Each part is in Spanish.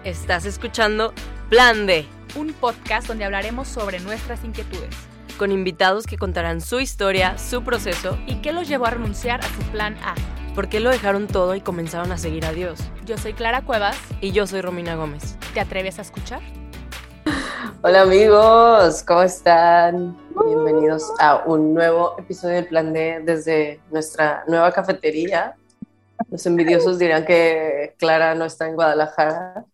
Estás escuchando Plan D, un podcast donde hablaremos sobre nuestras inquietudes, con invitados que contarán su historia, su proceso y qué los llevó a renunciar a su plan A. ¿Por qué lo dejaron todo y comenzaron a seguir a Dios? Yo soy Clara Cuevas. Y yo soy Romina Gómez. ¿Te atreves a escuchar? Hola amigos, ¿cómo están? Bienvenidos a un nuevo episodio del Plan D desde nuestra nueva cafetería. Los envidiosos dirán que Clara no está en Guadalajara.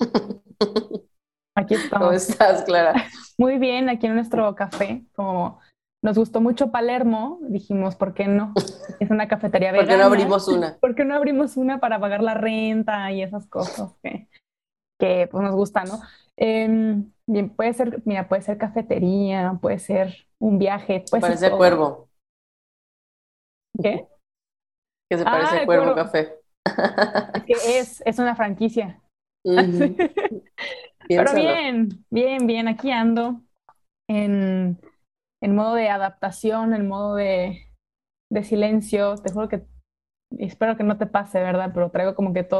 Aquí estamos. ¿Cómo estás, Clara? Muy bien, aquí en nuestro café. Como nos gustó mucho Palermo, dijimos, ¿por qué no? Es una cafetería vegana. ¿Por qué no abrimos una? ¿Por qué no abrimos una para pagar la renta y esas cosas que pues nos gustan, ¿no? Bien, puede ser, mira, puede ser cafetería, puede ser un viaje, puede Parece ser todo. Cuervo. ¿Qué? Que se parece a Cuervo Café. Es que es una franquicia. Uh-huh. Pero bien, aquí ando en modo de adaptación, en modo de silencio. Te juro que espero que no te pase, ¿verdad? Pero traigo como que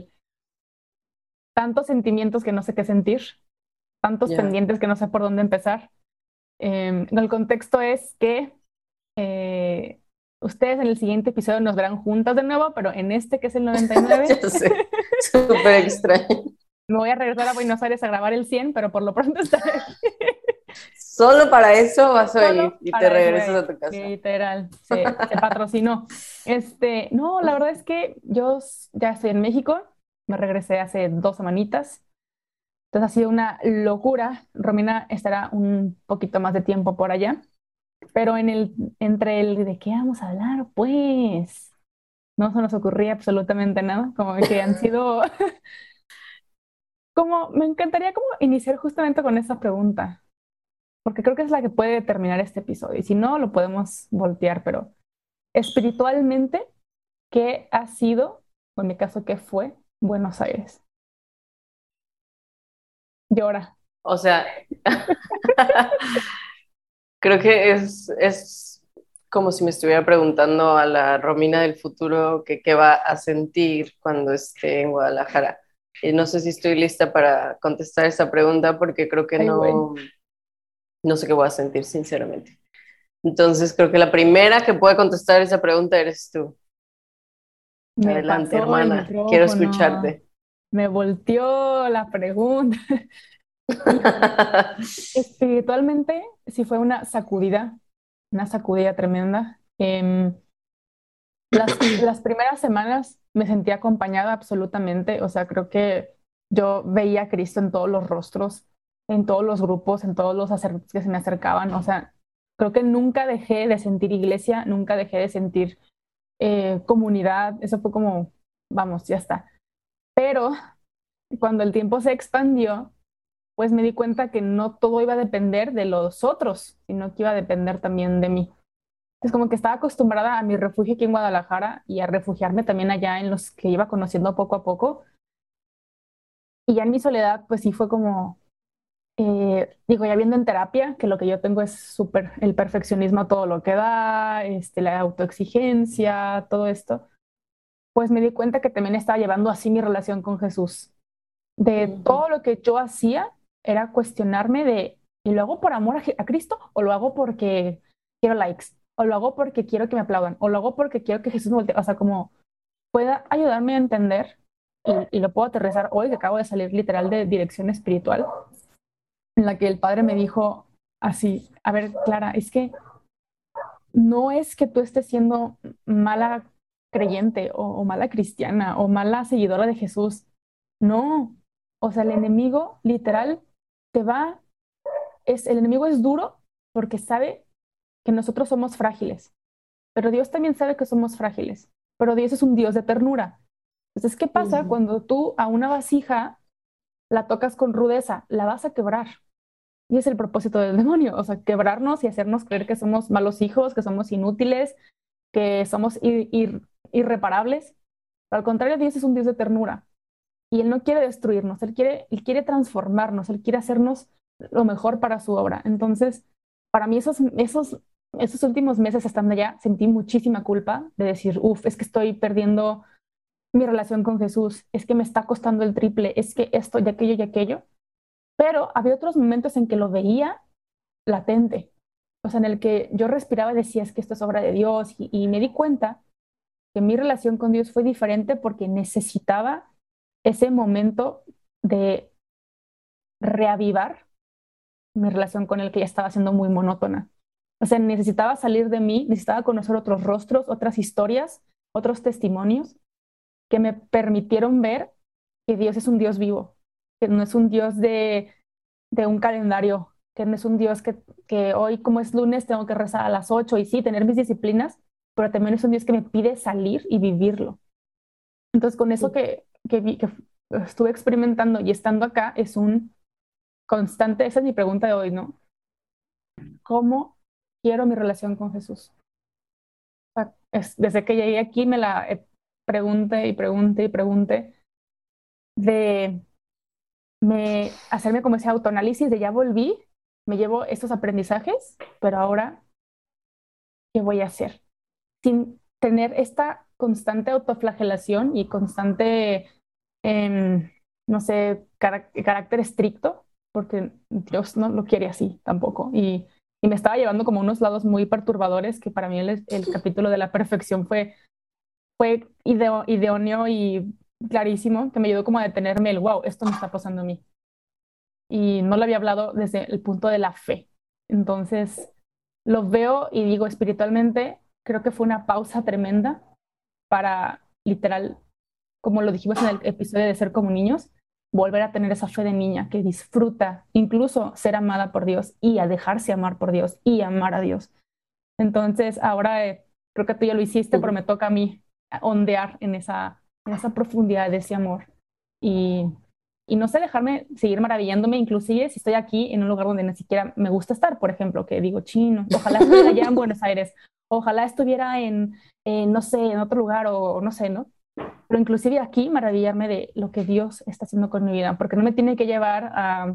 tantos sentimientos que no sé qué sentir, tantos pendientes que no sé por dónde empezar. El contexto es que ustedes en el siguiente episodio nos verán juntas de nuevo, pero en este, que es el 99... Ya sé, súper extraño. Me voy a regresar a Buenos Aires a grabar el 100, pero por lo pronto estaré aquí. Solo para eso vas a venir y te regresas a tu casa. Literal, se patrocinó. No, la verdad es que yo ya estoy en México, me regresé hace 2 semanitas, entonces ha sido una locura. Romina estará un poquito más de tiempo por allá, pero entre el de qué vamos a hablar, pues no se nos ocurría absolutamente nada, como que han sido... me encantaría como iniciar justamente con esa pregunta, porque creo que es la que puede determinar este episodio, y si no, lo podemos voltear, pero espiritualmente, ¿qué ha sido, o en mi caso, qué fue Buenos Aires? Llora. O sea, creo que es como si me estuviera preguntando a la Romina del futuro que qué va a sentir cuando esté en Guadalajara. Y no sé si estoy lista para contestar esa pregunta porque creo que no sé qué voy a sentir, sinceramente. Entonces creo que la primera que puede contestar esa pregunta eres tú. Adelante, hermana. Quiero escucharte. Me volteó la pregunta. Espiritualmente, sí fue una sacudida tremenda. Las primeras semanas me sentí acompañada absolutamente, o sea, creo que yo veía a Cristo en todos los rostros, en todos los grupos, en todos los sacerdotes que se me acercaban, o sea, creo que nunca dejé de sentir iglesia, nunca dejé de sentir comunidad, eso fue como, vamos, ya está. Pero cuando el tiempo se expandió, pues me di cuenta que no todo iba a depender de los otros, sino que iba a depender también de mí. Es como que estaba acostumbrada a mi refugio aquí en Guadalajara y a refugiarme también allá en los que iba conociendo poco a poco. Y ya en mi soledad, pues sí fue como, ya viendo en terapia, que lo que yo tengo es súper el perfeccionismo a todo lo que da, la autoexigencia, todo esto, pues me di cuenta que también estaba llevando así mi relación con Jesús. De todo lo que yo hacía era cuestionarme ¿y lo hago por amor a Cristo o lo hago porque quiero likes? ¿O lo hago porque quiero que me aplaudan? ¿O lo hago porque quiero que Jesús me voltee? O sea, como pueda ayudarme a entender, y lo puedo aterrizar hoy, que acabo de salir literal de dirección espiritual, en la que el Padre me dijo así, a ver, Clara, es que no es que tú estés siendo mala creyente o mala cristiana o mala seguidora de Jesús. No, o sea, el enemigo literal el enemigo es duro porque sabe que nosotros somos frágiles, pero Dios también sabe que somos frágiles, pero Dios es un Dios de ternura. Entonces, ¿qué pasa cuando tú a una vasija la tocas con rudeza? La vas a quebrar. Y es el propósito del demonio, o sea, quebrarnos y hacernos creer que somos malos hijos, que somos inútiles, que somos irreparables. Pero al contrario, Dios es un Dios de ternura. Y Él no quiere destruirnos, Él quiere transformarnos, Él quiere hacernos lo mejor para su obra. Entonces, para mí esos últimos meses estando allá, sentí muchísima culpa de decir, es que estoy perdiendo mi relación con Jesús, es que me está costando el triple, es que esto y aquello y aquello. Pero había otros momentos en que lo veía latente, o sea, en el que yo respiraba y decía, es que esto es obra de Dios, y me di cuenta que mi relación con Dios fue diferente porque necesitaba ese momento de reavivar mi relación con él, que ya estaba siendo muy monótona. O sea, necesitaba salir de mí, necesitaba conocer otros rostros, otras historias, otros testimonios que me permitieron ver que Dios es un Dios vivo, que no es un Dios de un calendario, que no es un Dios que hoy, como es lunes, tengo que rezar a las 8 y sí, tener mis disciplinas, pero también es un Dios que me pide salir y vivirlo. Entonces, con eso que estuve experimentando y estando acá, es un constante, esa es mi pregunta de hoy, ¿no? ¿Cómo quiero mi relación con Jesús? O sea, desde que llegué aquí me la pregunté y pregunté y pregunté de hacerme como ese autoanálisis de ya volví, me llevo estos aprendizajes, pero ahora, ¿qué voy a hacer? Sin tener esta constante autoflagelación y constante, em, no sé, carácter estricto, porque Dios no lo quiere así tampoco. Y me estaba llevando como unos lados muy perturbadores que para mí el capítulo de la perfección fue idóneo y clarísimo, que me ayudó como a detenerme el, wow, esto me está pasando a mí. Y no lo había hablado desde el punto de la fe. Entonces, lo veo y digo espiritualmente, creo que fue una pausa tremenda para literal, como lo dijimos en el episodio de Ser como niños, volver a tener esa fe de niña que disfruta incluso ser amada por Dios y a dejarse amar por Dios y amar a Dios. Entonces, ahora creo que tú ya lo hiciste, pero me toca a mí ondear en esa profundidad de ese amor. Y, y no sé, dejarme seguir maravillándome, inclusive si estoy aquí en un lugar donde ni siquiera me gusta estar, por ejemplo, que digo, chino, ojalá estuviera allá en Buenos Aires, ojalá estuviera no sé, en otro lugar o no sé, ¿no? Pero inclusive aquí maravillarme de lo que Dios está haciendo con mi vida, porque no me tiene que llevar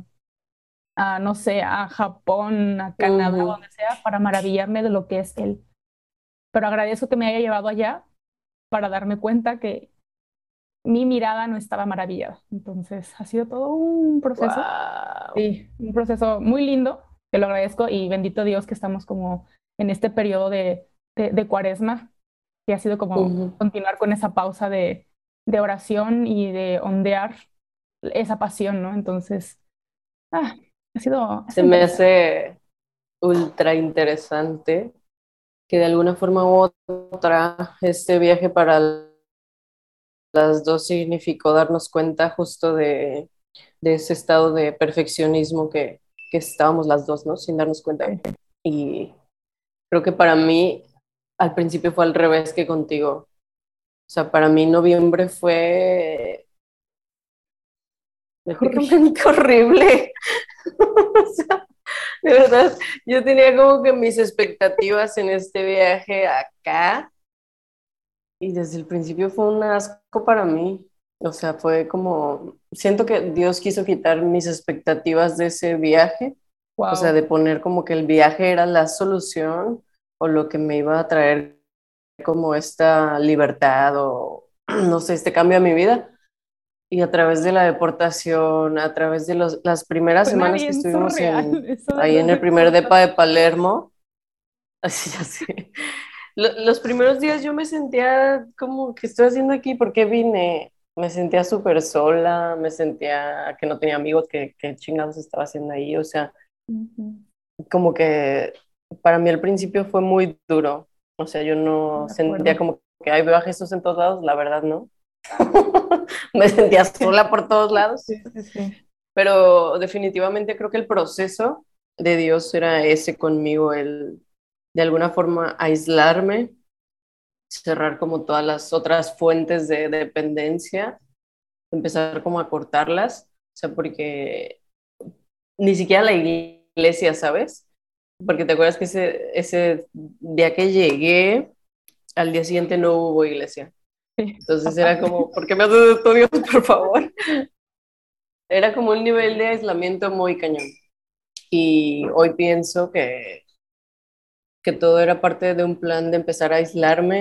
no sé, a Japón, a Canadá, o Ujú. donde sea, para maravillarme de lo que es Él. Pero agradezco que me haya llevado allá para darme cuenta que mi mirada no estaba maravillada. Entonces, ha sido todo un proceso, Wow. sí, un proceso muy lindo, te lo agradezco y bendito Dios que estamos como en este periodo de cuaresma, que ha sido como Ujú. continuar con esa pausa de oración y de ondear esa pasión, ¿no? Entonces, ah, ha Se sido me interesante. hace ultra interesante que de alguna forma u otra este viaje para las dos significó darnos cuenta justo de ese estado de perfeccionismo que estábamos las dos, ¿no? Sin darnos cuenta. Sí. Y creo que para mí al principio fue al revés que contigo. O sea, para mí noviembre fue Horrible. éticamente horrible. O sea, de verdad, yo tenía como que mis expectativas en este viaje acá y desde el principio fue un asco para mí. O sea, fue como, siento que Dios quiso quitar mis expectativas de ese viaje, o sea, Wow. de poner como que el viaje era la solución o lo que me iba a traer como esta libertad o no sé, este cambio a mi vida. Y a través de la deportación, a través de las primeras Suena semanas que bien estuvimos surreal eso de ahí la en el primer depa de deportación. Palermo, así ya sé. Los primeros días yo me sentía como, ¿qué estoy haciendo aquí? ¿Por qué vine? Me sentía súper sola, me sentía que no tenía amigos, que chingados estaba haciendo ahí. O sea, Ujú. como que para mí al principio fue muy duro. O sea, yo no De sentía acuerdo. como que hay veo a Jesús en todos lados, la verdad, ¿no? Me sentía sola por todos lados. Sí, sí, sí. Pero definitivamente creo que el proceso de Dios era ese conmigo, el de alguna forma aislarme, cerrar como todas las otras fuentes de dependencia, empezar como a cortarlas, o sea, porque ni siquiera la iglesia, ¿sabes? Porque te acuerdas que ese día que llegué, al día siguiente no hubo iglesia. Sí, Entonces era aparte. como, ¿por qué me haces esto, Dios, por favor? Era como un nivel de aislamiento muy cañón. Y hoy pienso que todo era parte de un plan de empezar a aislarme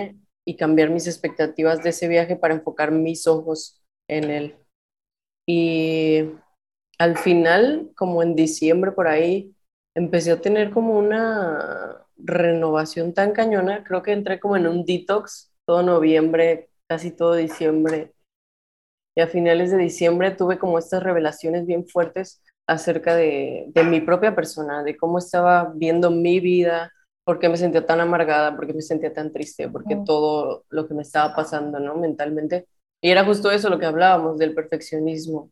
y cambiar mis expectativas de ese viaje para enfocar mis ojos en él. Y al final, como en diciembre por ahí, empecé a tener como una renovación tan cañona. Creo que entré como en un detox todo noviembre, casi todo diciembre. Y a finales de diciembre tuve como estas revelaciones bien fuertes acerca de mi propia persona, de cómo estaba viendo mi vida, por qué me sentía tan amargada, por qué me sentía tan triste, por qué Wow. todo lo que me estaba pasando, ¿no? Mentalmente. Y era justo eso lo que hablábamos del perfeccionismo.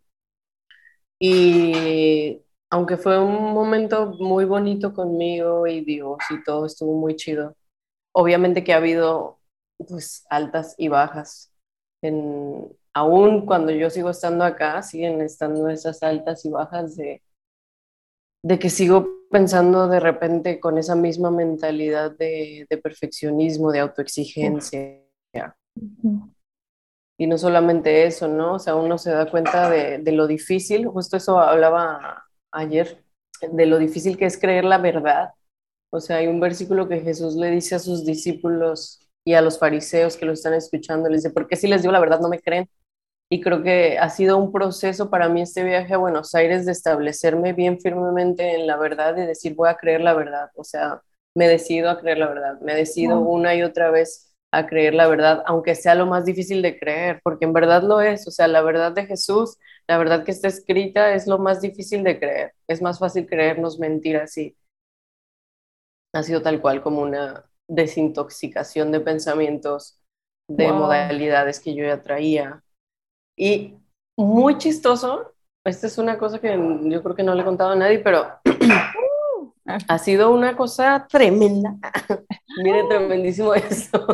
Y aunque fue un momento muy bonito conmigo y Dios y todo estuvo muy chido, obviamente que ha habido pues altas y bajas. Aún cuando yo sigo estando acá, siguen estando esas altas y bajas de que sigo pensando de repente con esa misma mentalidad de perfeccionismo, de Uf. autoexigencia. Ujú. Y no solamente eso, ¿no? O sea, uno se da cuenta de lo difícil, justo eso hablaba ayer, de lo difícil que es creer la verdad. O sea, hay un versículo que Jesús le dice a sus discípulos y a los fariseos que lo están escuchando, les dice, ¿por qué si les digo la verdad no me creen? Y creo que ha sido un proceso para mí este viaje a Buenos Aires de establecerme bien firmemente en la verdad y decir, voy a creer la verdad. O sea, me decido a creer la verdad, me decido Wow. una y otra vez a creer la verdad, aunque sea lo más difícil de creer, porque en verdad lo es. O sea, la verdad de Jesús, la verdad que está escrita es lo más difícil de creer. Es más fácil creernos mentiras y ha sido tal cual como una desintoxicación de pensamientos, de Wow. modalidades que yo ya traía y muy chistoso, esta es una cosa que yo creo que no le he contado a nadie, pero Ah. ha sido una cosa tremenda. Mire, tremendísimo eso.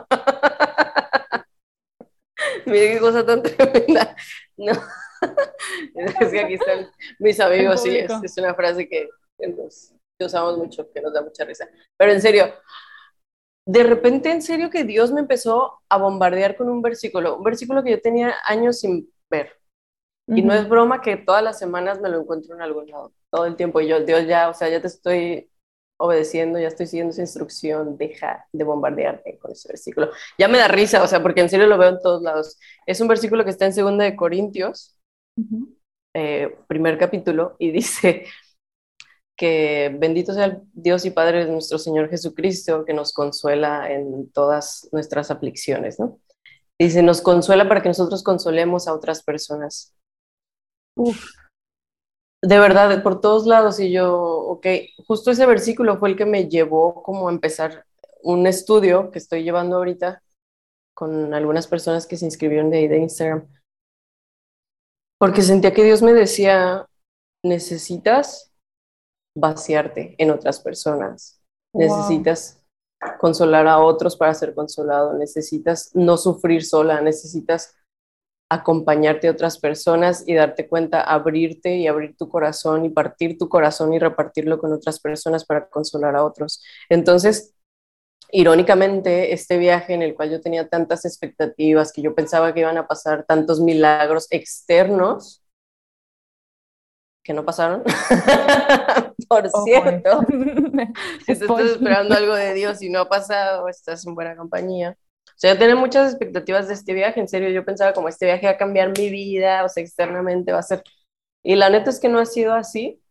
Mire qué cosa tan tremenda. No, es que aquí están mis El amigos y público. es una frase que usamos mucho, que nos da mucha risa. Pero en serio, de repente, en serio que Dios me empezó a bombardear con un versículo que yo tenía años sin ver. Y no es Ujú. broma que todas las semanas me lo encuentro en algún lado, todo el tiempo. Y yo, Dios, ya, o sea, ya te estoy obedeciendo, ya estoy siguiendo esa instrucción, deja de bombardearte con ese versículo. Ya me da risa, o sea, porque en serio lo veo en todos lados. Es un versículo que está en 2 de Corintios, Ujú. primer capítulo, y dice que bendito sea el Dios y Padre de nuestro Señor Jesucristo, que nos consuela en todas nuestras aflicciones, ¿no? Dice, nos consuela para que nosotros consolemos a otras personas. Uf. De verdad, por todos lados, y yo, ok, justo ese versículo fue el que me llevó como a empezar un estudio que estoy llevando ahorita con algunas personas que se inscribieron de ahí de Instagram, porque sentía que Dios me decía, necesitas vaciarte en otras personas, Wow. necesitas consolar a otros para ser consolado, necesitas no sufrir sola, necesitas acompañarte a otras personas y darte cuenta, abrirte y abrir tu corazón y partir tu corazón y repartirlo con otras personas para consolar a otros. Entonces, irónicamente, este viaje en el cual yo tenía tantas expectativas, que yo pensaba que iban a pasar tantos milagros externos, que no pasaron. Por Ojo, eh. cierto, si tú estás Spoiler. esperando algo de Dios y no ha pasado, estás en buena compañía. O sea, yo tenía muchas expectativas de este viaje, en serio, yo pensaba como este viaje va a cambiar mi vida, o sea, externamente va a ser... Y la neta es que no ha sido así,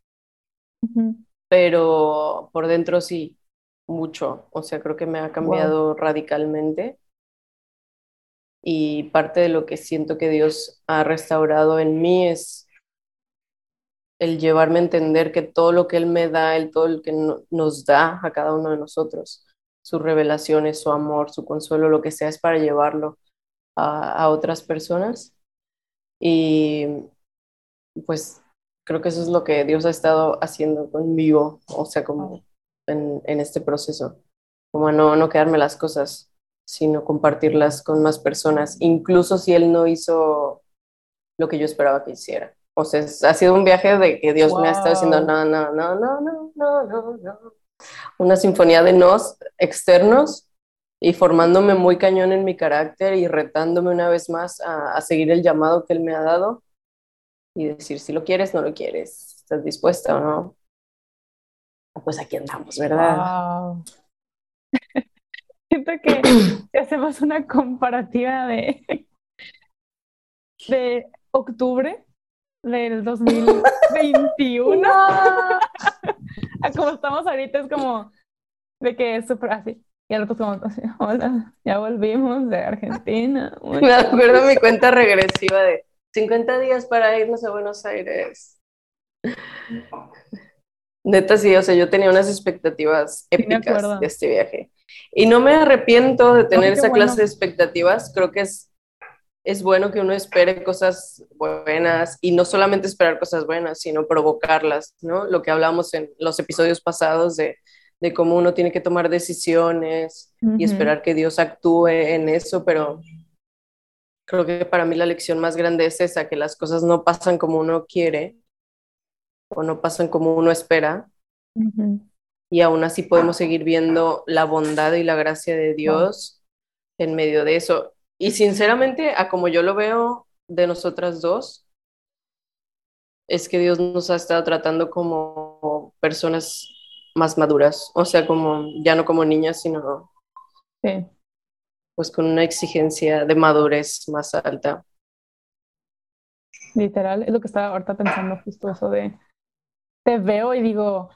pero por dentro sí, mucho. O sea, creo que me ha Wow. cambiado radicalmente y parte de lo que siento que Dios ha restaurado en mí es el llevarme a entender que todo lo que Él me da, todo lo que nos da a cada uno de nosotros, sus revelaciones, su amor, su consuelo, lo que sea, es para llevarlo a otras personas. Y pues creo que eso es lo que Dios ha estado haciendo conmigo, o sea, Wow. como en este proceso, como a no quedarme las cosas, sino compartirlas con más personas, incluso si Él no hizo lo que yo esperaba que hiciera. O sea, ha sido un viaje de que Dios me ha estado diciendo, Wow. no, no, no, no, no, no, no, no. Una sinfonía de nos externos y formándome muy cañón en mi carácter y retándome una vez más a seguir el llamado que Él me ha dado y decir si lo quieres, no lo quieres, estás dispuesta o no. Pues aquí andamos, ¿verdad? Wow. ahorita que si hacemos una comparativa de octubre del 2021 No. a como estamos ahorita, es como de que es súper así. Y al rato como así, hola, ya volvimos de Argentina. Me Muchas acuerdo mi cuenta regresiva de 50 días para irnos a Buenos Aires. Neta, sí, o sea, yo tenía unas expectativas sí me épicas de acuerdo. este viaje. Y no me arrepiento de No, tener qué esa clase bueno. de expectativas. Creo que es bueno que uno espere cosas buenas y no solamente esperar cosas buenas, sino provocarlas, ¿no? Lo que hablamos en los episodios pasados de cómo uno tiene que tomar decisiones y Ujú. esperar que Dios actúe en eso, pero creo que para mí la lección más grande es esa, que las cosas no pasan como uno quiere o no pasan como uno espera Ujú. y aún así podemos seguir viendo la bondad y la gracia de Wow. Dios en medio de eso. Y sinceramente, a como yo lo veo de nosotras dos, es que Dios nos ha estado tratando como personas más maduras, o sea, como ya no como niñas, sino Sí, pues con una exigencia de madurez más alta. literal, es lo que estaba ahorita pensando justo eso de, te veo y digo,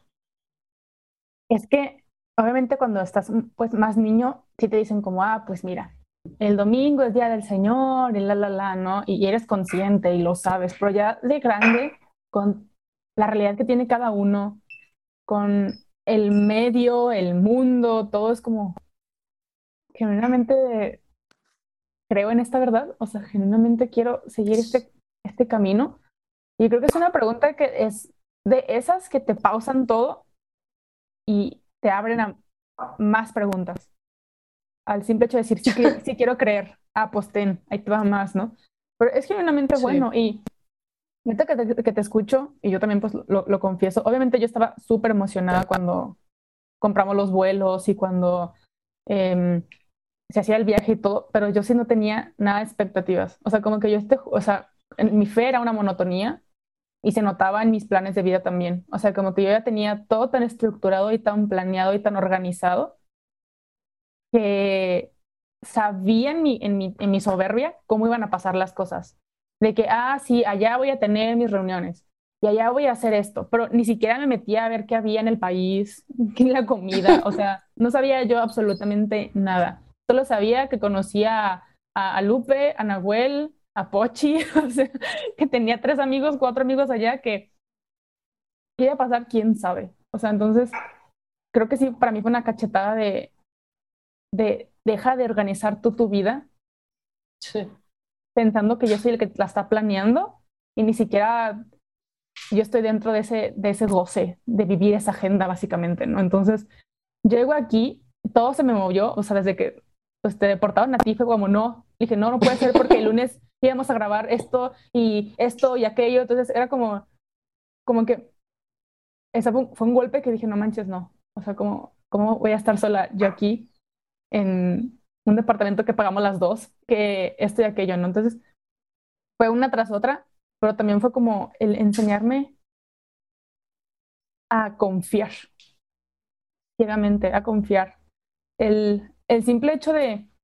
es que obviamente cuando estás pues más niño, sí te dicen como, ah, pues mira, el domingo es día del Señor y ¿no? Y eres consciente y lo sabes, pero ya de grande, con la realidad que tiene cada uno, con el medio, el mundo, todo es como, genuinamente creo en esta verdad, o sea, genuinamente quiero seguir este camino. Y creo que es una pregunta que es de esas que te pausan todo y te abren a más preguntas. Al simple hecho de decir, sí, sí quiero creer, ah, pues ten, ahí te va más, ¿no? Pero es genuinamente Sí. bueno y ahorita que te escucho, y yo también pues lo confieso, obviamente yo estaba súper emocionada cuando compramos los vuelos y cuando eh, se hacía el viaje y todo, pero yo sí no tenía nada de expectativas. O sea, como que o sea, en mi fe era una monotonía y se notaba en mis planes de vida también. O sea, como que yo ya tenía todo tan estructurado y tan planeado y tan organizado que sabía en mi soberbia cómo iban a pasar las cosas. De que, ah, sí, allá voy a tener mis reuniones y allá voy a hacer esto, pero ni siquiera me metía a ver qué había en el país, qué la comida, o sea, no sabía yo absolutamente nada. Solo sabía que conocía a Lupe, a Nahuel, a Pochi, o sea, que tenía 3 amigos, 4 amigos allá, que qué iba a pasar, quién sabe. O sea, entonces creo que sí, para mí fue una cachetada de deja de organizar tú tu vida Sí. pensando que yo soy el que la está planeando y ni siquiera yo estoy dentro de ese goce de vivir esa agenda básicamente, ¿no? Entonces, llego aquí, todo se me movió, o sea, desde que pues, te deportaron a ti fue como, no, dije, no, no puede ser porque el lunes íbamos a grabar esto y aquello, entonces era como que esa fue un golpe que dije, no manches, no, o sea, ¿cómo voy a estar sola yo aquí en un departamento que pagamos las dos, que esto y aquello, ¿no? Entonces, fue una tras otra, pero también fue como el enseñarme a confiar, ciegamente, a confiar. El simple hecho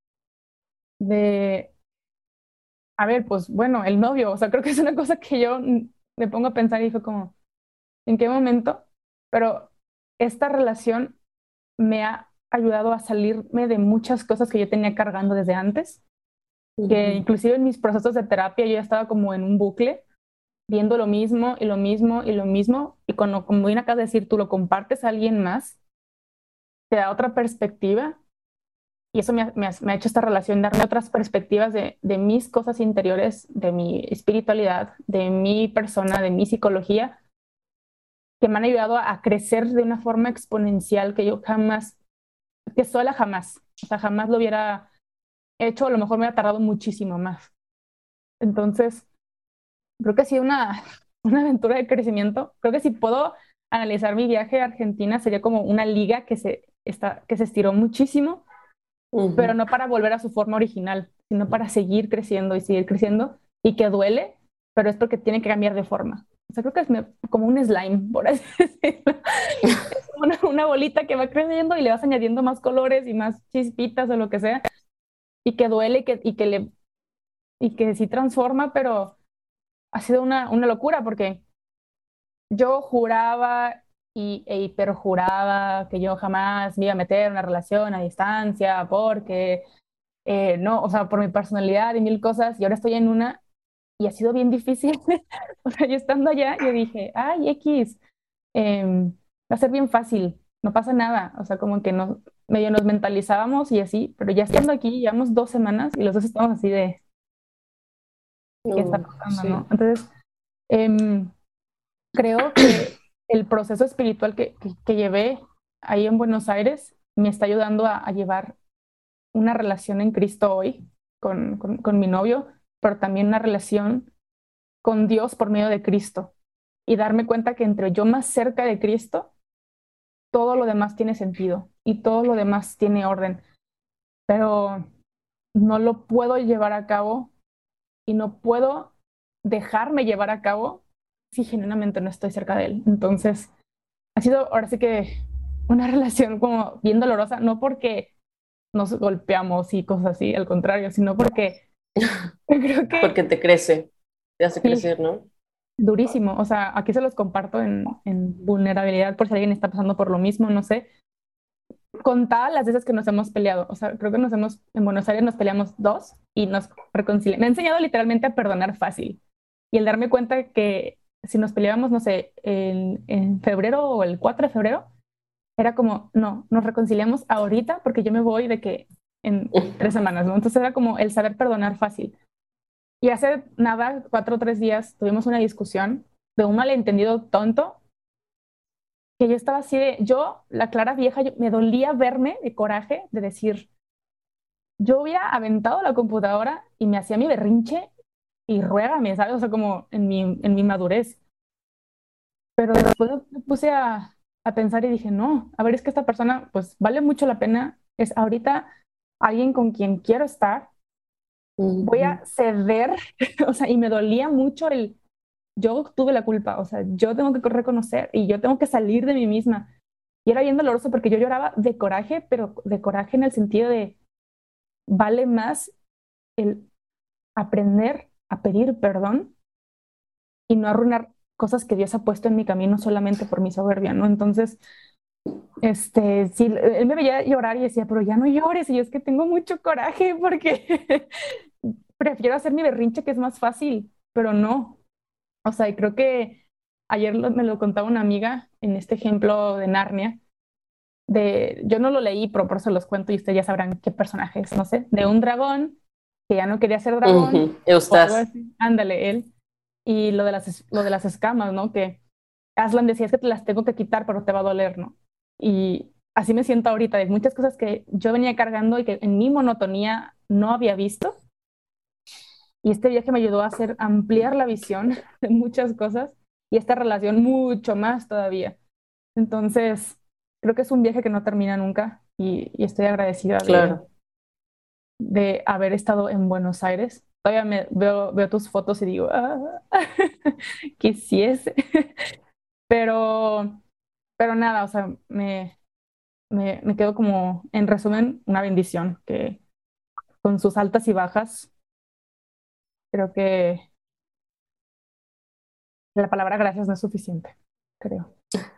de, a ver, pues bueno, el novio, o sea, creo que es una cosa que yo me pongo a pensar y fue como, ¿en qué momento? Pero esta relación me ha ayudado a salirme de muchas cosas que yo tenía cargando desde antes, que Ujú. inclusive en mis procesos de terapia yo ya estaba como en un bucle viendo lo mismo y lo mismo y lo mismo, y cuando, como bien acabas de decir, tú lo compartes a alguien más, te da otra perspectiva, y eso me ha hecho esta relación darme otras perspectivas de mis cosas interiores, de mi espiritualidad, de mi persona, de mi psicología, que me han ayudado a crecer de una forma exponencial que yo jamás, que sola jamás, o sea, jamás lo hubiera hecho, a lo mejor me hubiera tardado muchísimo más. Entonces, creo que ha sido una aventura de crecimiento. Creo que si puedo analizar mi viaje a Argentina, sería como una liga que se estiró muchísimo, pero Ujú. no para volver a su forma original, sino para seguir creciendo y que duele, pero es porque tiene que cambiar de forma. o sea, creo que es como un slime, por así decirlo. Es como una bolita que va creciendo y le vas añadiendo más colores y más chispitas o lo que sea, y que duele y que sí transforma, pero ha sido una locura porque yo juraba e hiperjuraba que yo jamás me iba a meter en una relación a distancia porque no, o sea, por mi personalidad y mil cosas, y ahora estoy en una y ha sido bien difícil. O sea, yo estando allá, yo dije, ay, X, va a ser bien fácil, no pasa nada. O sea, como que medio nos mentalizábamos y así, pero ya estando aquí, llevamos 2 semanas y los dos estamos así de, ¿qué está pasando, Sí, no? Entonces, em, creo que el proceso espiritual que llevé ahí en Buenos Aires me está ayudando a llevar una relación en Cristo hoy con mi novio, pero también una relación con Dios por medio de Cristo y darme cuenta que entre yo más cerca de Cristo, todo lo demás tiene sentido y todo lo demás tiene orden, pero no lo puedo llevar a cabo y no puedo dejarme llevar a cabo si genuinamente no estoy cerca de Él. Entonces, ha sido ahora sí que una relación como bien dolorosa, no porque nos golpeamos y cosas así, al contrario, sino porque creo que porque te crece, te hace sí, crecer, ¿no? durísimo. O sea, aquí se los comparto en vulnerabilidad por si alguien está pasando por lo mismo, no sé. Contadas las veces que nos hemos peleado. O sea, creo que en Buenos Aires nos peleamos 2 y nos reconciliamos. Me ha enseñado literalmente a perdonar fácil. Y el darme cuenta que si nos peleábamos, no sé, en febrero o el 4 de febrero, era como, no, nos reconciliamos ahorita porque yo me voy de que en 3 semanas, ¿no? Entonces era como el saber perdonar fácil. Y hace nada, 4 o 3 días, tuvimos una discusión de un malentendido tonto que yo estaba así de, yo, la Clara vieja, me dolía verme de coraje de decir, yo hubiera aventado la computadora y me hacía mi berrinche y ruégame, ¿sabes? O sea, como en mi madurez. Pero después me puse a pensar y dije, no, a ver, es que esta persona, pues vale mucho la pena, es ahorita alguien con quien quiero estar, voy Ujú. a ceder, o sea, y me dolía mucho yo tuve la culpa, o sea, yo tengo que reconocer y yo tengo que salir de mí misma. Y era bien doloroso porque yo lloraba de coraje, pero de coraje en el sentido de, vale más el aprender a pedir perdón y no arruinar cosas que Dios ha puesto en mi camino solamente por mi soberbia, ¿no? Entonces, sí, él me veía llorar y decía, pero ya no llores, y yo es que tengo mucho coraje porque prefiero hacer mi berrinche que es más fácil, pero no. O sea, y creo que ayer me lo contaba una amiga en este ejemplo de Narnia, yo no lo leí, pero por eso los cuento y ustedes ya sabrán qué personaje es, no sé, de un dragón que ya no quería ser dragón Ujú. o algo Estás, así, ándale, él, y lo de las escamas, ¿no? Que Aslan decía, es que te las tengo que quitar, pero te va a doler, ¿no? Y así me siento ahorita, de muchas cosas que yo venía cargando y que en mi monotonía no había visto, y este viaje me ayudó a ampliar la visión de muchas cosas y esta relación mucho más todavía. Entonces, creo que es un viaje que no termina nunca y estoy agradecida claro. de haber estado en Buenos Aires. Todavía veo tus fotos y digo, quisiese, pero, pero nada, o sea, me quedo como, en resumen, una bendición que con sus altas y bajas, creo que la palabra gracias no es suficiente, creo.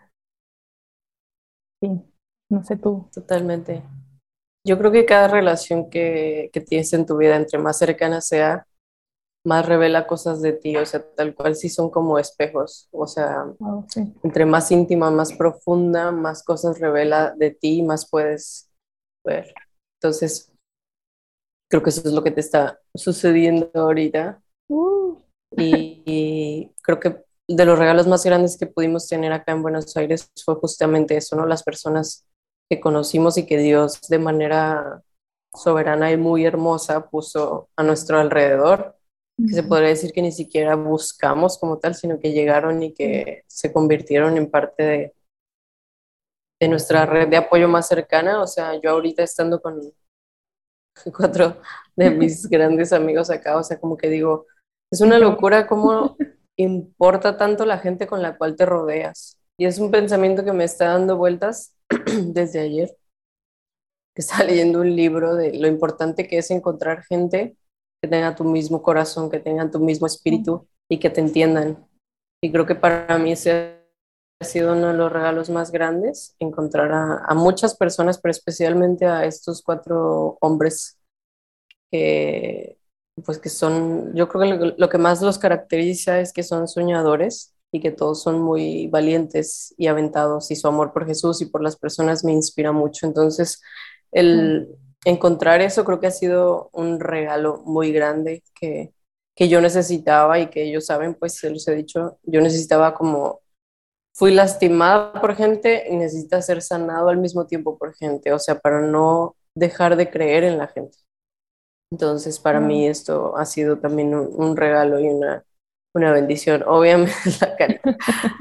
Sí, no sé tú. Totalmente. Yo creo que cada relación que tienes en tu vida, entre más cercana sea, más revela cosas de ti, o sea, tal cual sí son como espejos, o sea, Wow, sí. entre más íntima, más profunda, más cosas revela de ti, más puedes ver. Entonces, creo que eso es lo que te está sucediendo ahorita Uh, y creo que de los regalos más grandes que pudimos tener acá en Buenos Aires fue justamente eso, ¿no? Las personas que conocimos y que Dios de manera soberana y muy hermosa puso a nuestro alrededor, que se podría decir que ni siquiera buscamos como tal, sino que llegaron y que se convirtieron en parte de nuestra red de apoyo más cercana. O sea, yo ahorita estando con 4 de mis grandes amigos acá, o sea, como que digo, es una Qué bueno. locura cómo importa tanto la gente con la cual te rodeas. Y es un pensamiento que me está dando vueltas desde ayer, que estaba leyendo un libro de lo importante que es encontrar gente que tenga tu mismo corazón, que tengan tu mismo espíritu y que te entiendan. Y creo que para mí ese ha sido uno de los regalos más grandes, encontrar a muchas personas, pero especialmente a estos cuatro hombres que, pues que son, yo creo que lo que más los caracteriza es que son soñadores y que todos son muy valientes y aventados y su amor por Jesús y por las personas me inspira mucho. Entonces, el encontrar eso creo que ha sido un regalo muy grande que yo necesitaba y que ellos saben, pues se los he dicho, yo necesitaba como, fui lastimada por gente y necesita ser sanado al mismo tiempo por gente, o sea, para no dejar de creer en la gente. Entonces, para mí esto ha sido también un regalo y una bendición. Obviamente, la carita.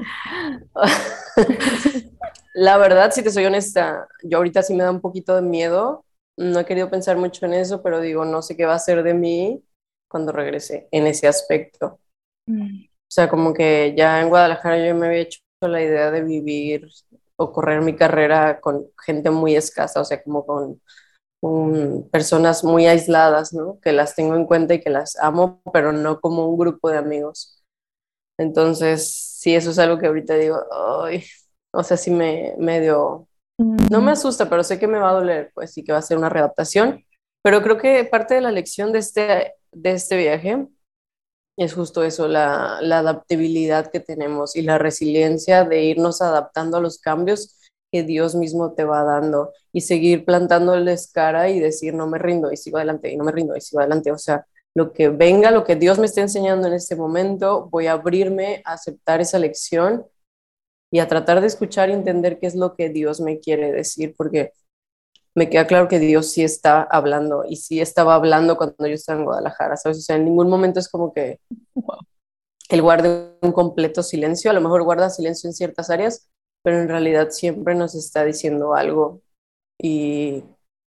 La verdad, si te soy honesta, yo ahorita sí me da un poquito de miedo. No he querido pensar mucho en eso, pero digo, no sé qué va a ser de mí cuando regrese en ese aspecto. O sea, como que ya en Guadalajara yo me había hecho la idea de vivir o correr mi carrera con gente muy escasa, o sea, como con personas muy aisladas, ¿no? Que las tengo en cuenta y que las amo, pero no como un grupo de amigos. Entonces, sí, eso es algo que ahorita digo, ay, o sea, sí me medio, no me asusta, pero sé que me va a doler, pues sí que va a ser una readaptación. Pero creo que parte de la lección de este viaje es justo eso, la adaptabilidad que tenemos y la resiliencia de irnos adaptando a los cambios que Dios mismo te va dando y seguir plantándoles cara y decir, no me rindo y sigo adelante y no me rindo y sigo adelante. O sea, lo que venga, lo que Dios me esté enseñando en este momento, voy a abrirme a aceptar esa lección y a tratar de escuchar y entender qué es lo que Dios me quiere decir, porque me queda claro que Dios sí está hablando y sí estaba hablando cuando yo estaba en Guadalajara, ¿sabes? O sea, en ningún momento es como que él guarde un completo silencio, a lo mejor guarda silencio en ciertas áreas, pero en realidad siempre nos está diciendo algo y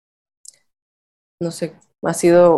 no sé, ha sido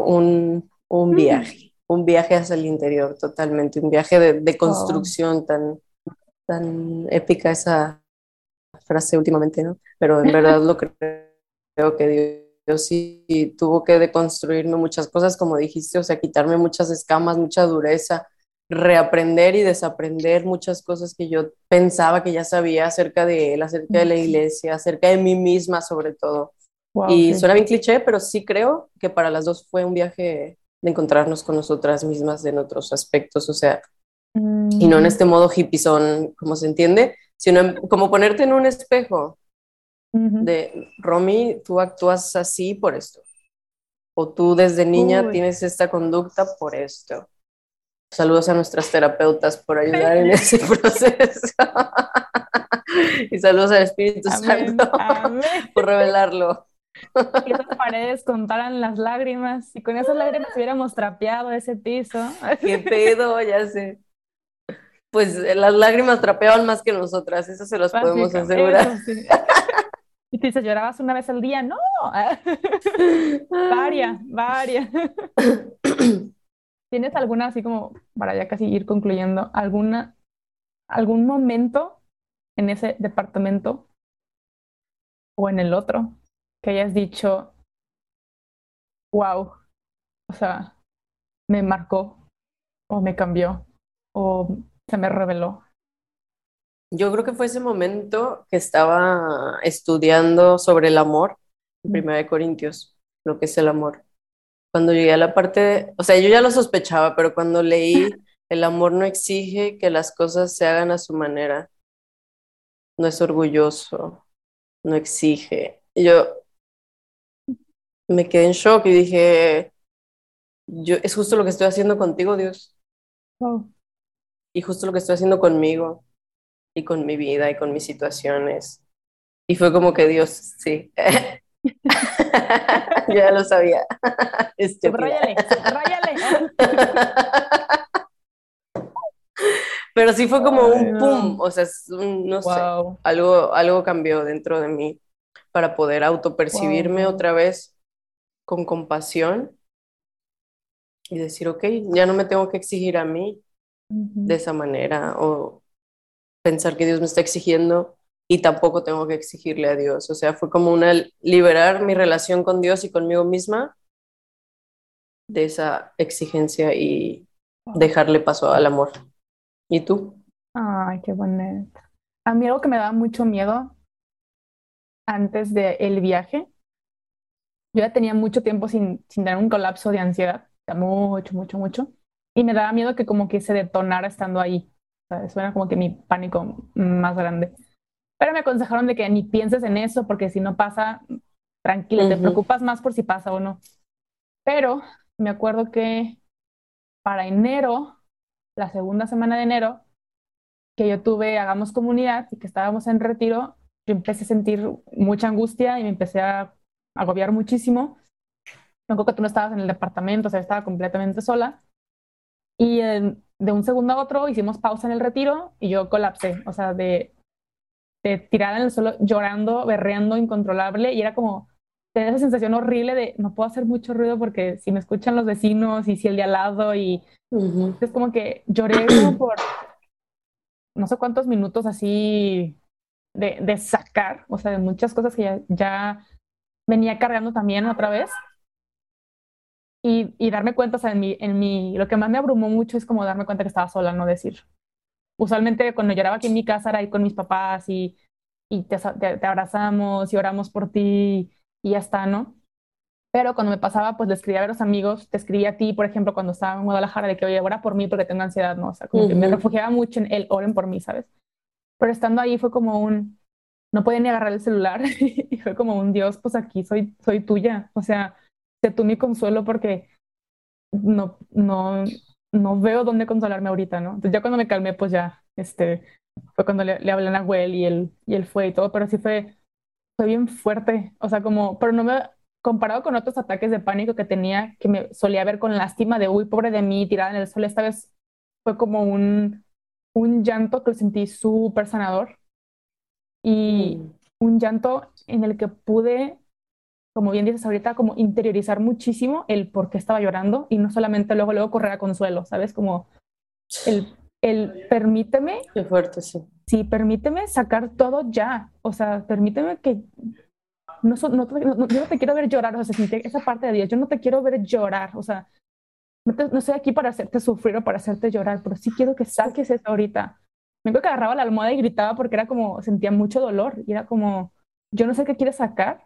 un viaje hacia el interior totalmente, un viaje de Wow. construcción tan épica esa frase últimamente, ¿no? Pero en verdad lo creo que Dios sí tuvo que deconstruirme muchas cosas, como dijiste, o sea, quitarme muchas escamas, mucha dureza, reaprender y desaprender muchas cosas que yo pensaba que ya sabía acerca de él, acerca de la iglesia, acerca de mí misma sobre todo. Wow, Y sí. suena bien cliché, pero sí creo que para las dos fue un viaje de encontrarnos con nosotras mismas en otros aspectos, o sea, y no en Mm, este modo hippie como se entiende, sino como ponerte en un espejo ujú. de, Romy, tú actúas así por esto, o tú desde niña Uy. tienes esta conducta por esto. Saludos a nuestras terapeutas por ayudar en ese proceso. Y saludos al Espíritu Amén, Santo amén. por revelarlo. Que esas paredes contaran las lágrimas y con esas lágrimas hubiéramos trapeado ese piso. ¿Qué pedo? Ya sé. Pues las lágrimas trapeaban más que nosotras, eso se los podemos Básicamente, asegurar. eso sí. Y te dice, llorabas una vez al día. No, varias, Ay. varias. ¿Tienes alguna, así como para ya casi ir concluyendo, algún momento en ese departamento o en el otro que hayas dicho, wow, o sea, me marcó o me cambió o se me reveló? Yo creo que fue ese momento que estaba estudiando sobre el amor en Mm. Primera de Corintios, lo que es el amor. Cuando llegué a la parte, o sea, yo ya lo sospechaba, pero cuando leí, el amor no exige que las cosas se hagan a su manera, no es orgulloso, no exige. Y yo me quedé en shock y dije, es justo lo que estoy haciendo contigo, Dios, Wow. y justo lo que estoy haciendo conmigo y con mi vida y con mis situaciones. Y fue como que Dios, sí, yo ya lo sabía, estúpida. Subráyale, subráyale. Pero sí fue como Ay, un pum, no. o sea, no sé, Wow, algo cambió dentro de mí para poder wow, autopercibirme wow. otra vez con compasión y decir, ok, ya no me tengo que exigir a mí, de esa manera o pensar que Dios me está exigiendo y tampoco tengo que exigirle a Dios. O sea, fue como una liberar mi relación con Dios y conmigo misma de esa exigencia y dejarle paso al amor. ¿Y tú? Ay, qué bonito. A mí algo que me daba mucho miedo antes del viaje, yo ya tenía mucho tiempo sin tener un colapso de ansiedad, o sea, mucho, mucho, mucho, y me daba miedo que como que se detonara estando ahí. O sea, eso era como que mi pánico más grande. Pero me aconsejaron de que ni pienses en eso, porque si no pasa, tranquila, te Ujú. preocupas más por si pasa o no. Pero me acuerdo que para enero, la segunda semana de enero, que yo tuve Hagamos Comunidad y que estábamos en retiro, yo empecé a sentir mucha angustia y me empecé a agobiar muchísimo. Me acuerdo que tú no estabas en el departamento, o sea, estaba completamente sola. Y de un segundo a otro hicimos pausa en el retiro y yo colapsé, o sea, de tirada en el suelo, llorando, berreando, incontrolable. Y era como tener esa sensación horrible de no puedo hacer mucho ruido porque si me escuchan los vecinos y si el de al lado. Y Ujú. es como que lloré como por no sé cuántos minutos así de sacar, o sea, de muchas cosas que ya venía cargando también otra vez. Y darme cuenta, o sea, lo que más me abrumó mucho es como darme cuenta que estaba sola, no decir. Usualmente cuando lloraba aquí en mi casa era ir con mis papás y te abrazamos y oramos por ti y ya está, ¿no? Pero cuando me pasaba, pues le escribía a los amigos, te escribía a ti, por ejemplo, cuando estaba en Guadalajara, de que, oye, ora por mí porque tengo ansiedad, ¿no? O sea, como que me Ujú. refugiaba mucho en el oren por mí, ¿sabes? Pero estando ahí fue como no podía ni agarrar el celular y fue como un Dios, pues aquí soy tuya, o sea, sé tú mi consuelo porque no, no, no veo dónde consolarme ahorita, ¿no? Entonces ya cuando me calmé, pues ya, fue cuando le hablé a Nahuel y él fue y todo, pero sí fue bien fuerte, o sea, pero no me, comparado con otros ataques de pánico que tenía, que me solía ver con lástima de, uy, pobre de mí, tirada en el suelo, esta vez fue como un llanto que lo sentí súper sanador y Mm. un llanto en el que pude, como bien dices ahorita, como interiorizar muchísimo el por qué estaba llorando y no solamente luego correr a consuelo, ¿sabes? Como el permíteme, Qué fuerte, sí. sí, permíteme sacar todo ya, o sea, permíteme que yo no te quiero ver llorar, o sea, sentir esa parte de Dios, yo no te quiero ver llorar, o sea, no estoy aquí para hacerte sufrir o para hacerte llorar, pero sí quiero que saques eso ahorita. Me acuerdo que agarraba la almohada y gritaba porque era como, sentía mucho dolor y era como, yo no sé qué quieres sacar,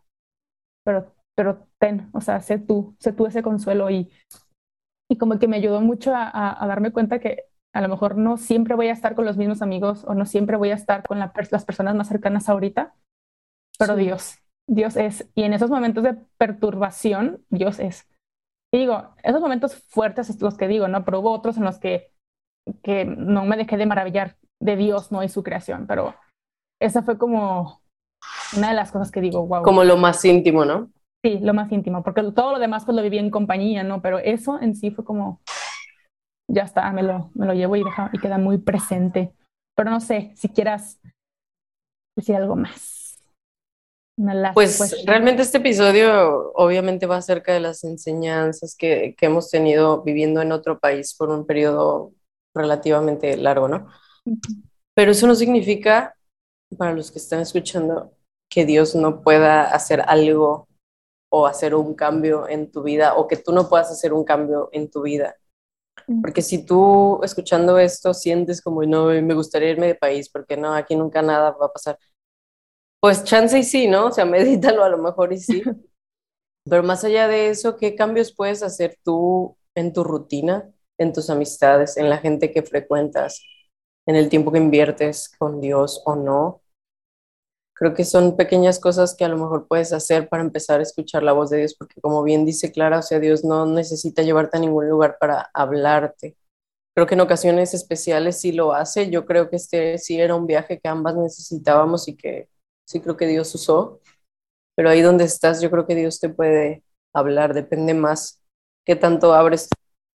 pero ten, o sea, sé tú ese consuelo y como que me ayudó mucho a darme cuenta que a lo mejor no siempre voy a estar con los mismos amigos o no siempre voy a estar con las personas más cercanas ahorita, pero Sí. Dios es, y en esos momentos de perturbación, Dios es. Y digo, esos momentos fuertes es los que digo, ¿no? Pero hubo otros en los que no me dejé de maravillar de Dios, ¿no? Y su creación, pero esa fue como una de las cosas que digo, wow, Como lo más íntimo, ¿no? sí, lo más íntimo, porque todo lo demás pues lo viví en compañía, ¿no? Pero eso en sí fue como, ya está, me lo llevo y queda muy presente. Pero no sé, si quieras decir algo más. Una last Pues question. realmente este episodio obviamente va acerca de las enseñanzas que hemos tenido viviendo en otro país por un periodo relativamente largo, ¿no? Pero eso no significa, para los que están escuchando, que Dios no pueda hacer algo o hacer un cambio en tu vida o que tú no puedas hacer un cambio en tu vida. Porque si tú escuchando esto sientes como, no, me gustaría irme de país porque no, aquí nunca nada va a pasar, pues chance y sí, ¿no? O sea, medítalo a lo mejor y sí. Pero más allá de eso, ¿qué cambios puedes hacer tú en tu rutina, en tus amistades, en la gente que frecuentas, en el tiempo que inviertes con Dios o no? Creo que son pequeñas cosas que a lo mejor puedes hacer para empezar a escuchar la voz de Dios, porque como bien dice Clara, o sea, Dios no necesita llevarte a ningún lugar para hablarte. Creo que en ocasiones especiales sí lo hace. Yo creo que este sí era un viaje que ambas necesitábamos y que sí creo que Dios usó. Pero ahí donde estás, yo creo que Dios te puede hablar. Depende más qué tanto abres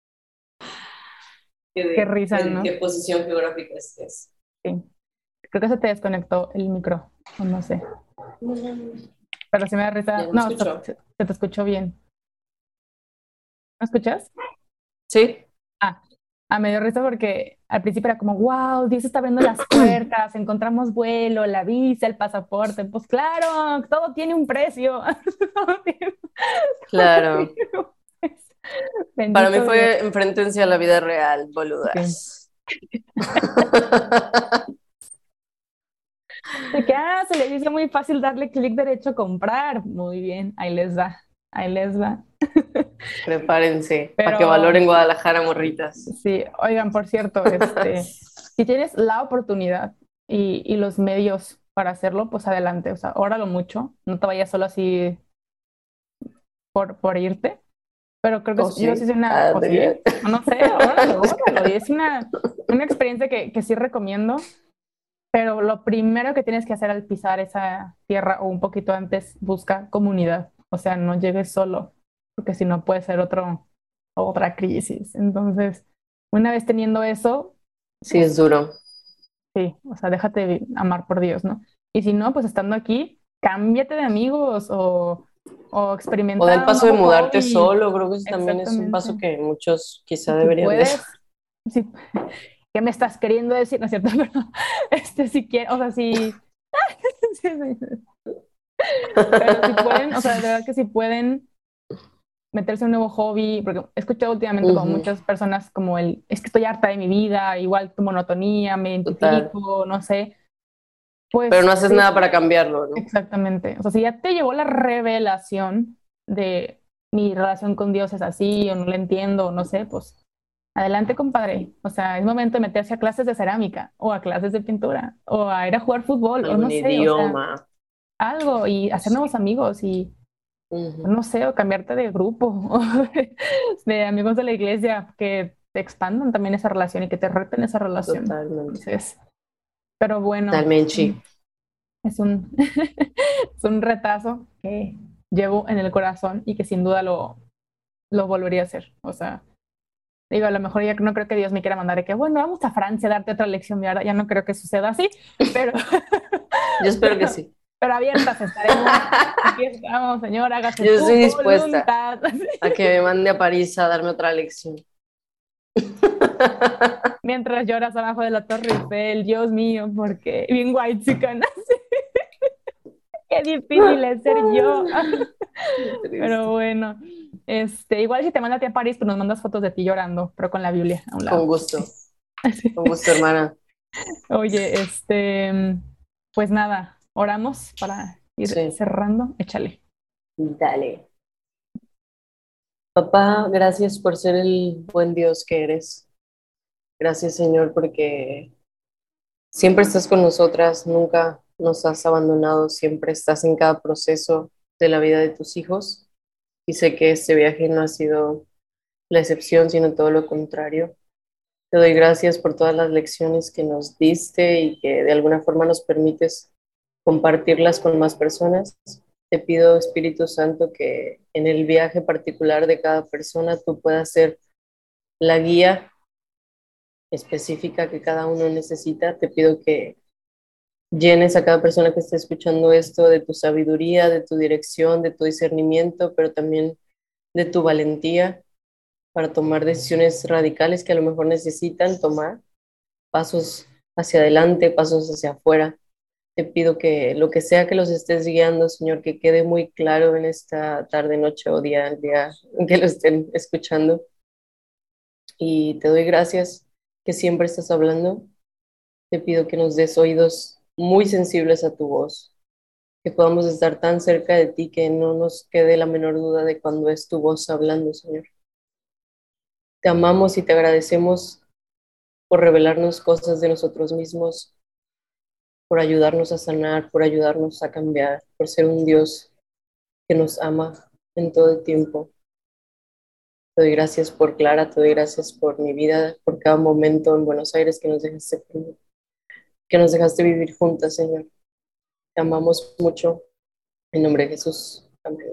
que Qué de risa, en qué ¿no? posición geográfica estés. Sí. Creo que se te desconectó el micro, o no sé. No, no, no. Pero sí me da risa. Ya no me No, escuchó. se te escuchó bien. ¿Me escuchas? Sí. Ah. Me dio risa porque al principio era como, wow, Dios está abriendo las puertas, encontramos vuelo, la visa, el pasaporte. Pues claro, todo tiene un precio. Todo tiene, todo Claro. tiene un precio. Para mí Bendito Dios. fue enfréntense a la vida real, Sí. boludas. De que, se les dice muy fácil darle clic derecho a comprar. Muy bien, ahí les va, ahí les va. Prepárense para que Pero valoren Guadalajara, morritas. sí, oigan, por cierto, si tienes la oportunidad y los medios para hacerlo, pues adelante, o sea, óralo mucho, no te vayas solo así por irte, pero creo que ¿Oh, yo sí sí? soy una, Ah, o sí, no sé, óralo, y es una experiencia que sí recomiendo, pero lo primero que tienes que hacer al pisar esa tierra o un poquito antes, busca comunidad, o sea, no llegues solo, porque si no puede ser otra crisis. Entonces, una vez teniendo eso, Sí, es pues duro. sí, o sea, déjate amar por Dios, ¿no? Y si no, pues estando aquí, cámbiate de amigos o O da el experimenta un paso de nuevo mudarte hobby. solo, creo que eso también es un paso Exactamente. que muchos quizá Si deberían de hacer. puedes, si, ¿qué me estás queriendo decir? No es cierto, pero si quieres, o sea, si, sí, sí, pero si pueden, o sea, de verdad que si pueden meterse en un nuevo hobby, porque he escuchado últimamente como Ujú, muchas personas como es que estoy harta de mi vida, igual tu monotonía, me total. identifico, no sé, Pero no pues haces sí, nada para cambiarlo, ¿no? exactamente. O sea, si ya te llegó la revelación de mi relación con Dios es así, o no la entiendo, o no sé, pues adelante, compadre. O sea, es momento de meterse a clases de cerámica, o a clases de pintura, o a ir a jugar fútbol, o no Algún sé, o sea, idioma. algo, y hacer nuevos amigos, y Ujú, no sé, o cambiarte de grupo, o de amigos de la iglesia que te expandan también esa relación y que te reten esa relación. totalmente. Entonces, pero bueno. Totalmente. Es un, es un retazo que llevo en el corazón y que sin duda lo volvería a hacer. O sea, digo, a lo mejor ya no creo que Dios me quiera mandar de que, bueno, vamos a Francia a darte otra lección, ya, ya no creo que suceda así, pero, Yo espero que pero, sí. pero abiertas estaremos. Aquí estamos, Señor, hágase Yo tu estoy dispuesta voluntad. a que me mande a París a darme otra lección. Mientras lloras abajo de la Torre Eiffel, Dios mío, porque bien white chican. Qué difícil es ser yo. Qué Pero triste. bueno, igual si te manda a ti a París, pues nos mandas fotos de ti llorando, pero con la Biblia a un Con lado. gusto, con gusto, hermana. Oye, pues nada, oramos para ir Sí, cerrando. Échale. dale. Papá, gracias por ser el buen Dios que eres. Gracias, Señor, porque siempre estás con nosotras, nunca nos has abandonado, siempre estás en cada proceso de la vida de tus hijos. Y sé que este viaje no ha sido la excepción, sino todo lo contrario. Te doy gracias por todas las lecciones que nos diste y que de alguna forma nos permites compartirlas con más personas. Te pido, Espíritu Santo, que en el viaje particular de cada persona tú puedas ser la guía específica que cada uno necesita. Te pido que llenes a cada persona que esté escuchando esto de tu sabiduría, de tu dirección, de tu discernimiento, pero también de tu valentía para tomar decisiones radicales que a lo mejor necesitan tomar, pasos hacia adelante, pasos hacia afuera. Te pido que lo que sea que los estés guiando, Señor, que quede muy claro en esta tarde, noche o día, el día en que lo estén escuchando. Y te doy gracias que siempre estás hablando. Te pido que nos des oídos muy sensibles a tu voz, que podamos estar tan cerca de ti que no nos quede la menor duda de cuando es tu voz hablando, Señor. Te amamos y te agradecemos por revelarnos cosas de nosotros mismos, por ayudarnos a sanar, por ayudarnos a cambiar, por ser un Dios que nos ama en todo el tiempo. Te doy gracias por Clara, te doy gracias por mi vida, por cada momento en Buenos Aires que nos dejaste vivir juntas, Señor. Te amamos mucho. En nombre de Jesús. Amén.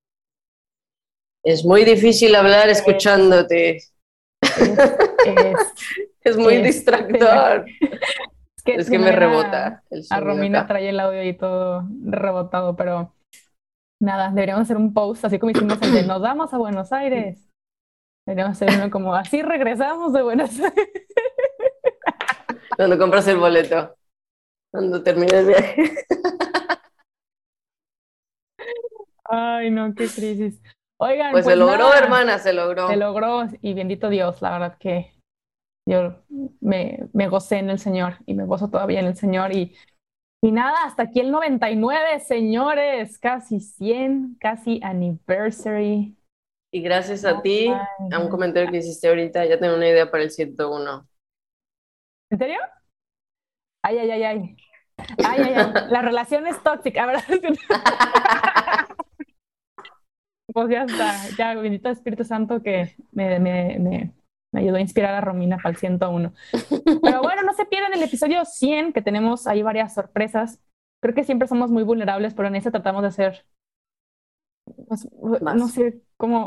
Es muy difícil hablar Es, escuchándote. es, es, Es muy este, distractor. es que Es que me también rebota el a sonido Romina acá. trae el audio ahí todo rebotado, pero nada, deberíamos hacer un post, así como hicimos el de nos vamos a Buenos Aires. Deberíamos hacer uno como así regresamos de Buenos Aires. Cuando compras el boleto, cuando termine el viaje. Ay, no, qué crisis. Oigan, Pues se pues logró, nada, hermana, se se logró. logró y bendito Dios, la verdad que yo me gocé en el Señor y me gozo todavía en el Señor y nada, hasta aquí el 99, señores, casi 100, casi anniversary. Y gracias a Oh ti, my a un God. comentario que hiciste ahorita, ya tengo una idea para el 101. ¿En serio? Ay, ay, ay, ay. Ay, ay, ay. La relación es tóxica, ¿verdad? Pues ya está, ya bendito Espíritu Santo que me ayudó a inspirar a Romina para el 101. Pero bueno, no se pierdan el episodio 100, que tenemos ahí varias sorpresas. Creo que siempre somos muy vulnerables, pero en ese tratamos de hacer, pues, no Más. sé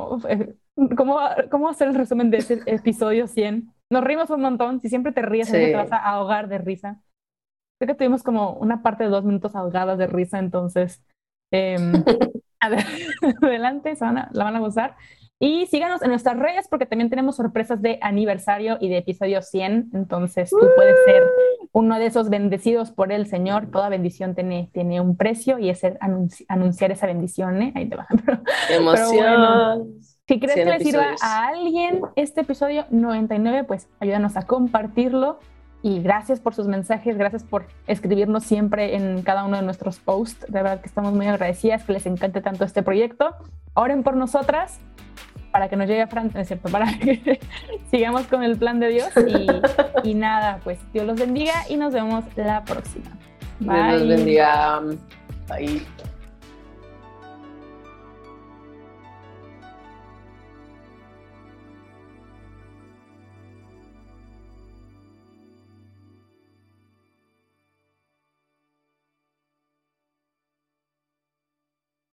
cómo hacer el resumen de ese episodio 100. Nos rimos un montón, si siempre te ríes, en ese te vas Sí. a ahogar de risa. Creo que tuvimos como una parte de 2 minutos ahogadas de risa, entonces em, adelante, la van a gozar. Y síganos en nuestras redes porque también tenemos sorpresas de aniversario y de episodio 100. Entonces tú puedes ser uno de esos bendecidos por el Señor. Toda bendición tiene un precio y es anunciar esa bendición, ¿eh? Ahí te va. ¡Qué Pero bueno, emoción! si crees 100 que le sirva episodios. a alguien este episodio 99, pues ayúdanos a compartirlo. Y gracias por sus mensajes, gracias por escribirnos siempre en cada uno de nuestros posts. De verdad que estamos muy agradecidas, que les encante tanto este proyecto. Oren por nosotras para que nos llegue a Francia, ¿es cierto? Para que sigamos con el plan de Dios. Y nada, pues Dios los bendiga y nos vemos la próxima. Dios los Bye. bendiga. Bye.